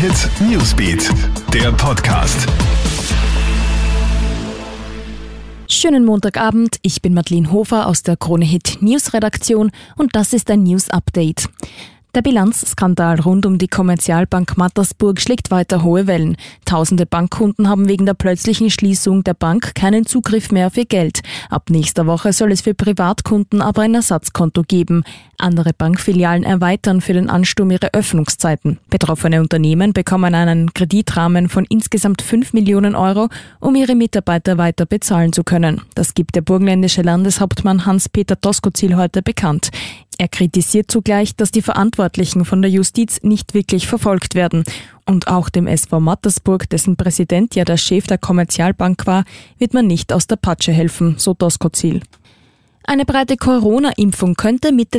Hit Newsbeat, der Podcast. Schönen Montagabend, ich bin Madeleine Hofer aus der Krone Hit News Redaktion und das ist ein News Update. Der Bilanzskandal rund um die Kommerzialbank Mattersburg schlägt weiter hohe Wellen. Tausende Bankkunden haben wegen der plötzlichen Schließung der Bank keinen Zugriff mehr auf ihr Geld. Ab nächster Woche soll es für Privatkunden aber ein Ersatzkonto geben. Andere Bankfilialen erweitern für den Ansturm ihre Öffnungszeiten. Betroffene Unternehmen bekommen einen Kreditrahmen von insgesamt 5 Millionen Euro, um ihre Mitarbeiter weiter bezahlen zu können. Das gibt der burgenländische Landeshauptmann Hans-Peter Doskozil heute bekannt. Er kritisiert zugleich, dass die Verantwortlichen von der Justiz nicht wirklich verfolgt werden. Und auch dem SV Mattersburg, dessen Präsident ja der Chef der Kommerzialbank war, wird man nicht aus der Patsche helfen, so Doskozil. Eine breite Corona-Impfung könnte Mitte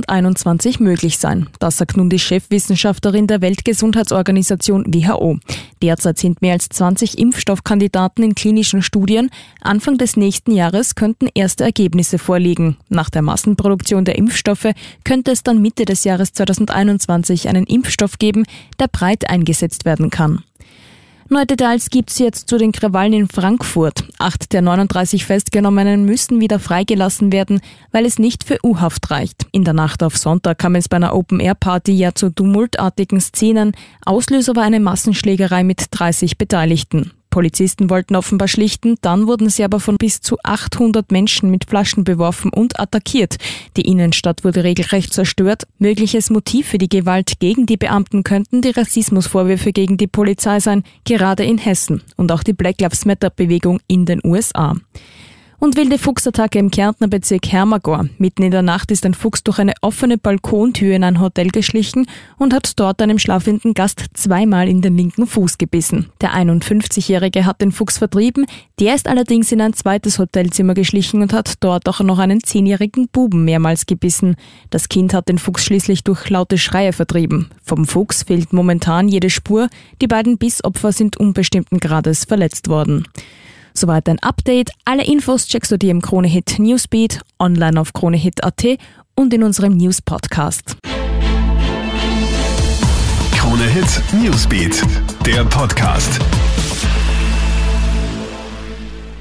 2021 möglich sein. Das sagt nun die Chefwissenschaftlerin der Weltgesundheitsorganisation WHO. Derzeit sind mehr als 20 Impfstoffkandidaten in klinischen Studien. Anfang des nächsten Jahres könnten erste Ergebnisse vorliegen. Nach der Massenproduktion der Impfstoffe könnte es dann Mitte des Jahres 2021 einen Impfstoff geben, der breit eingesetzt werden kann. Neue Details gibt's jetzt zu den Krawallen in Frankfurt. 8 der 39 Festgenommenen müssen wieder freigelassen werden, weil es nicht für U-Haft reicht. In der Nacht auf Sonntag kam es bei einer Open-Air-Party ja zu tumultartigen Szenen. Auslöser war eine Massenschlägerei mit 30 Beteiligten. Polizisten wollten offenbar schlichten, dann wurden sie aber von bis zu 800 Menschen mit Flaschen beworfen und attackiert. Die Innenstadt wurde regelrecht zerstört. Mögliches Motiv für die Gewalt gegen die Beamten könnten die Rassismusvorwürfe gegen die Polizei sein, gerade in Hessen und auch die Black Lives Matter-Bewegung in den USA. Und wilde Fuchsattacke im Kärntner Bezirk Hermagor. Mitten in der Nacht ist ein Fuchs durch eine offene Balkontür in ein Hotel geschlichen und hat dort einem schlafenden Gast zweimal in den linken Fuß gebissen. Der 51-Jährige hat den Fuchs vertrieben, der ist allerdings in ein zweites Hotelzimmer geschlichen und hat dort auch noch einen 10-jährigen Buben mehrmals gebissen. Das Kind hat den Fuchs schließlich durch laute Schreie vertrieben. Vom Fuchs fehlt momentan jede Spur, die beiden Bissopfer sind unbestimmten Grades verletzt worden. Soweit ein Update. Alle Infos checkst du dir im Krone Hit Newsbeat, online auf kronehit.at und in unserem News Podcast. Krone Hit Newsbeat, der Podcast.